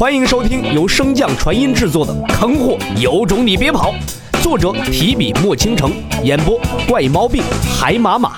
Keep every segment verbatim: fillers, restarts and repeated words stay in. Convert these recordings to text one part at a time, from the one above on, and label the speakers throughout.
Speaker 1: 欢迎收听由升降传音制作的《坑货有种你别跑》，作者提笔墨倾城，演播怪毛病海马马。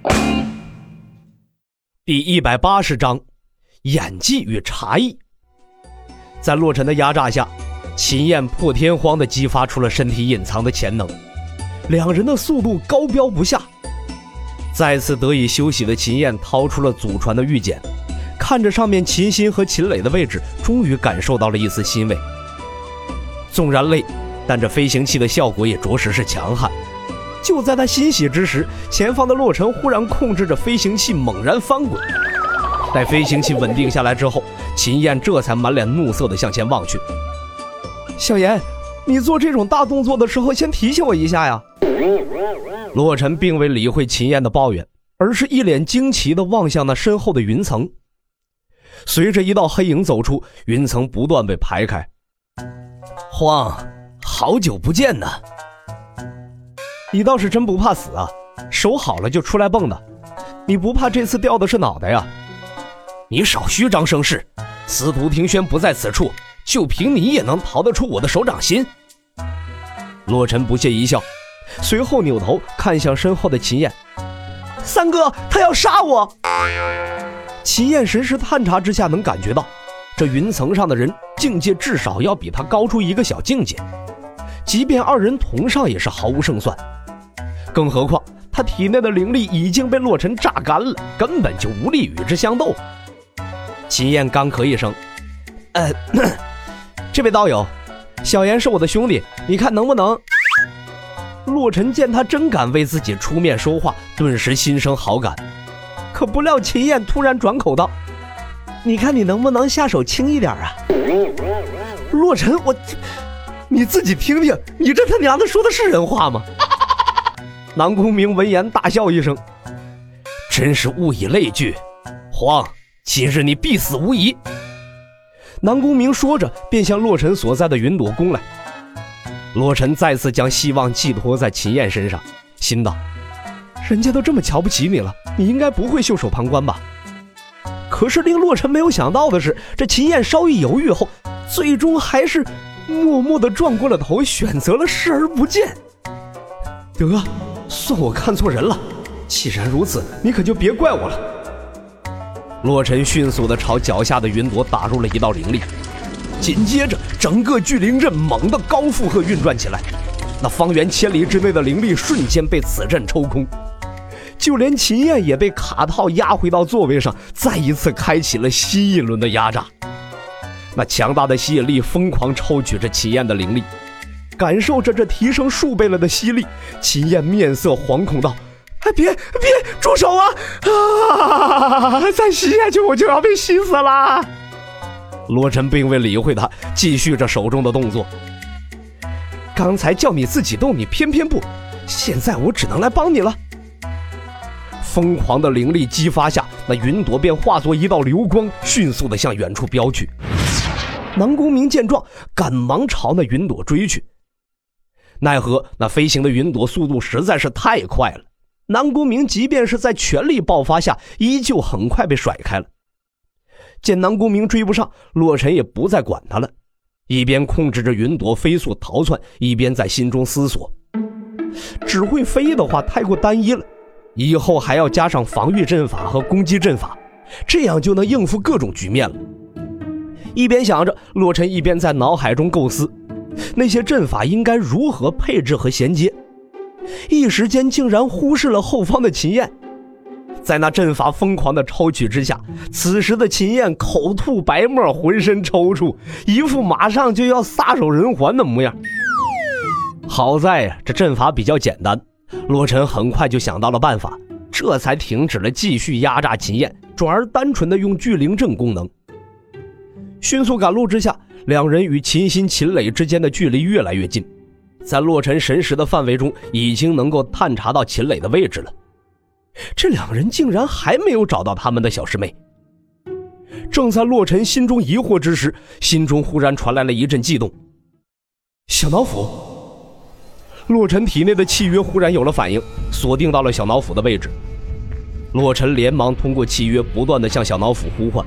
Speaker 1: 第一百八十章，演技与茶艺。在洛尘的压榨下，秦燕破天荒地激发出了身体隐藏的潜能，两人的速度高标不下。再次得以休息的秦燕掏出了祖传的玉简，看着上面秦心和秦磊的位置，终于感受到了一丝欣慰。纵然累，但这飞行器的效果也着实是强悍。就在他欣喜之时，前方的洛尘忽然控制着飞行器猛然翻滚。待飞行器稳定下来之后，秦燕这才满脸怒色地向前望去。小妍，你做这种大动作的时候先提醒我一下呀。洛尘并未理会秦燕的抱怨，而是一脸惊奇地望向那身后的云层。随着一道黑影走出，云层不断被排开。荒，好久不见呢。你倒是真不怕死啊，手好了就出来蹦的，你不怕这次掉的是脑袋呀？你少虚张声势，司徒庭轩不在此处，就凭你也能逃得出我的手掌心？洛尘不屑一笑，随后扭头看向身后的秦燕。三哥，他要杀我！秦燕神识探查之下能感觉到，这云层上的人境界至少要比他高出一个小境界，即便二人同上也是毫无胜算。更何况他体内的灵力已经被洛尘榨干了，根本就无力与之相斗。秦燕干咳一声，呃，这位道友，小妍是我的兄弟，你看能不能……洛尘见他真敢为自己出面说话，顿时心生好感。可不料秦燕突然转口道，你看你能不能下手轻一点啊？洛尘，我你自己听听，你这他娘的说的是人话吗？南宫明闻言大笑一声，真是物以类聚，荒，今日你必死无疑。南宫明说着便向洛尘所在的云朵攻来。洛尘再次将希望寄托在秦燕身上，心道，人家都这么瞧不起你了，你应该不会袖手旁观吧？可是令洛尘没有想到的是，这秦燕稍一犹豫后，最终还是默默地转过了头，选择了视而不见。得，算我看错人了，既然如此，你可就别怪我了。洛尘迅速地朝脚下的云朵打入了一道灵力，紧接着整个聚灵阵猛地高负荷运转起来，那方圆千里之内的灵力瞬间被此阵抽空，就连秦燕也被卡套压回到座位上，再一次开启了新一轮的压榨。那强大的吸引力疯狂抽取着秦燕的灵力，感受着这提升数倍了的吸力，秦燕面色惶恐道，哎，别别住手啊！啊，再吸下去我就要被吸死了。洛尘并未理会他，继续着手中的动作。刚才叫你自己动，你偏偏不，现在我只能来帮你了。疯狂的灵力激发下，那云朵便化作一道流光，迅速地向远处飙去。南宫明见状，赶忙朝那云朵追去。奈何那飞行的云朵速度实在是太快了，南宫明即便是在全力爆发下，依旧很快被甩开了。见南宫明追不上，洛尘也不再管他了，一边控制着云朵飞速逃窜，一边在心中思索，只会飞的话太过单一了，以后还要加上防御阵法和攻击阵法，这样就能应付各种局面了。一边想着，洛尘一边在脑海中构思那些阵法应该如何配置和衔接，一时间竟然忽视了后方的秦燕。在那阵法疯狂的抽取之下，此时的秦燕口吐白沫，浑身抽搐，一副马上就要撒手人寰的模样。好在呀，这阵法比较简单，洛尘很快就想到了办法，这才停止了继续压榨秦燕，转而单纯的用聚灵阵功能。迅速赶路之下，两人与秦心、秦磊之间的距离越来越近，在洛尘神识的范围中，已经能够探查到秦磊的位置了。这两人竟然还没有找到他们的小师妹。正在洛尘心中疑惑之时，心中忽然传来了一阵悸动。小脑斧！洛尘体内的契约忽然有了反应，锁定到了小脑斧的位置。洛尘连忙通过契约不断地向小脑斧呼唤，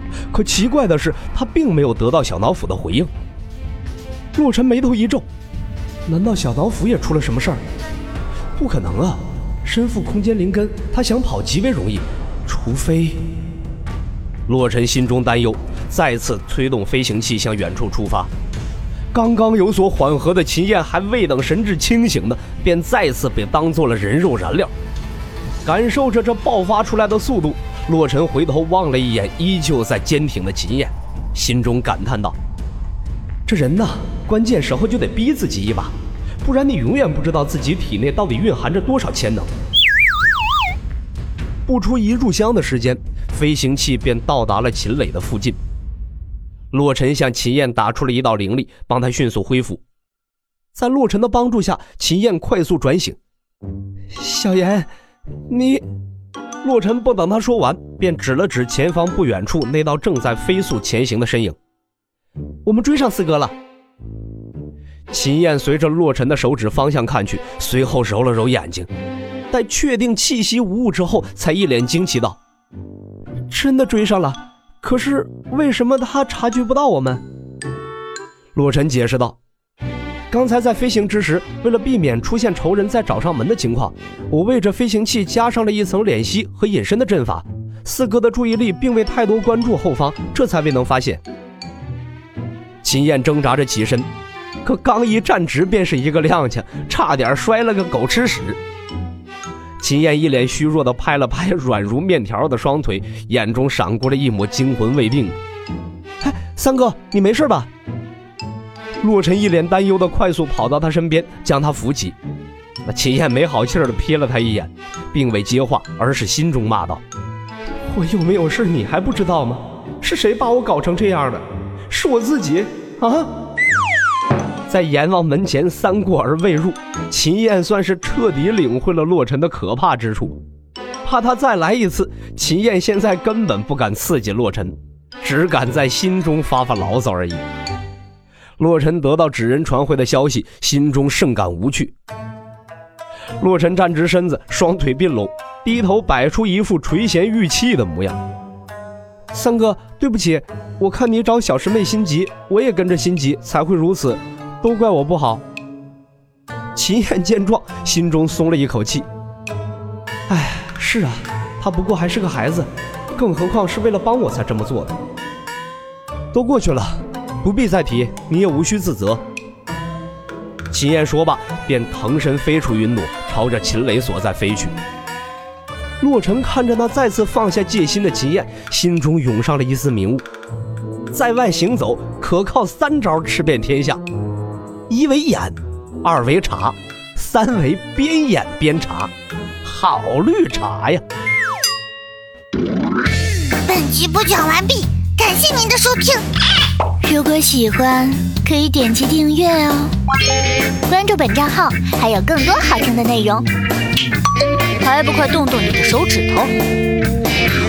Speaker 1: 可奇怪的是，他并没有得到小脑斧的回应。洛尘眉头一皱，难道小脑斧也出了什么事儿？不可能啊，身负空间灵根，他想跑极为容易，除非……洛尘心中担忧，再次推动飞行器向远处出发。刚刚有所缓和的秦燕还未等神智清醒呢，便再次被当作了人肉燃料。感受着这爆发出来的速度，洛尘回头望了一眼依旧在坚挺的秦燕，心中感叹道：这人呐，关键时候就得逼自己一把，不然你永远不知道自己体内到底蕴含着多少潜能。不出一炷香的时间，飞行器便到达了秦磊的附近。洛尘向秦燕打出了一道灵力，帮他迅速恢复。在洛尘的帮助下，秦燕快速转醒。小妍，你……洛尘不等他说完，便指了指前方不远处那道正在飞速前行的身影。我们追上四哥了。秦燕随着洛尘的手指方向看去，随后揉了揉眼睛，待确定气息无误之后，才一脸惊奇道：真的追上了，可是为什么他察觉不到我们？洛尘解释道：刚才在飞行之时，为了避免出现仇人再找上门的情况，我为这飞行器加上了一层敛息和隐身的阵法，四哥的注意力并未太多关注后方，这才未能发现。秦燕挣扎着起身，可刚一站直便是一个踉跄，差点摔了个狗吃屎。秦燕一脸虚弱地拍了拍软如面条的双腿，眼中闪过了一抹惊魂未定。哎，三哥，你没事吧？洛尘一脸担忧地快速跑到他身边，将他扶起。那秦燕没好气地瞥了他一眼，并未接话，而是心中骂道：我又没有事，你还不知道吗？是谁把我搞成这样的？是我自己啊！在阎王门前三过而未入，秦燕算是彻底领会了洛尘的可怕之处。怕他再来一次，秦燕现在根本不敢刺激洛尘，只敢在心中发发牢骚而已。洛尘得到纸人传回的消息，心中甚感无趣。洛尘站直身子，双腿并拢，低头摆出一副垂涎欲泣的模样。三哥，对不起，我看你找小师妹心急，我也跟着心急，才会如此，都怪我不好。秦燕见状，心中松了一口气。哎，是啊，他不过还是个孩子，更何况是为了帮我才这么做的。都过去了，不必再提，你也无需自责。秦燕说罢，便腾身飞出云朵，朝着秦磊所在飞去。洛尘看着那再次放下戒心的秦燕，心中涌上了一丝明悟。在外行走，可靠三招吃遍天下：一为眼，二为察，三为边眼边察。好绿茶呀！
Speaker 2: 本集播讲完毕，感谢您的收听。如果喜欢，可以点击订阅哦，关注本账号还有更多好听的内容。还不快动动你的手指头！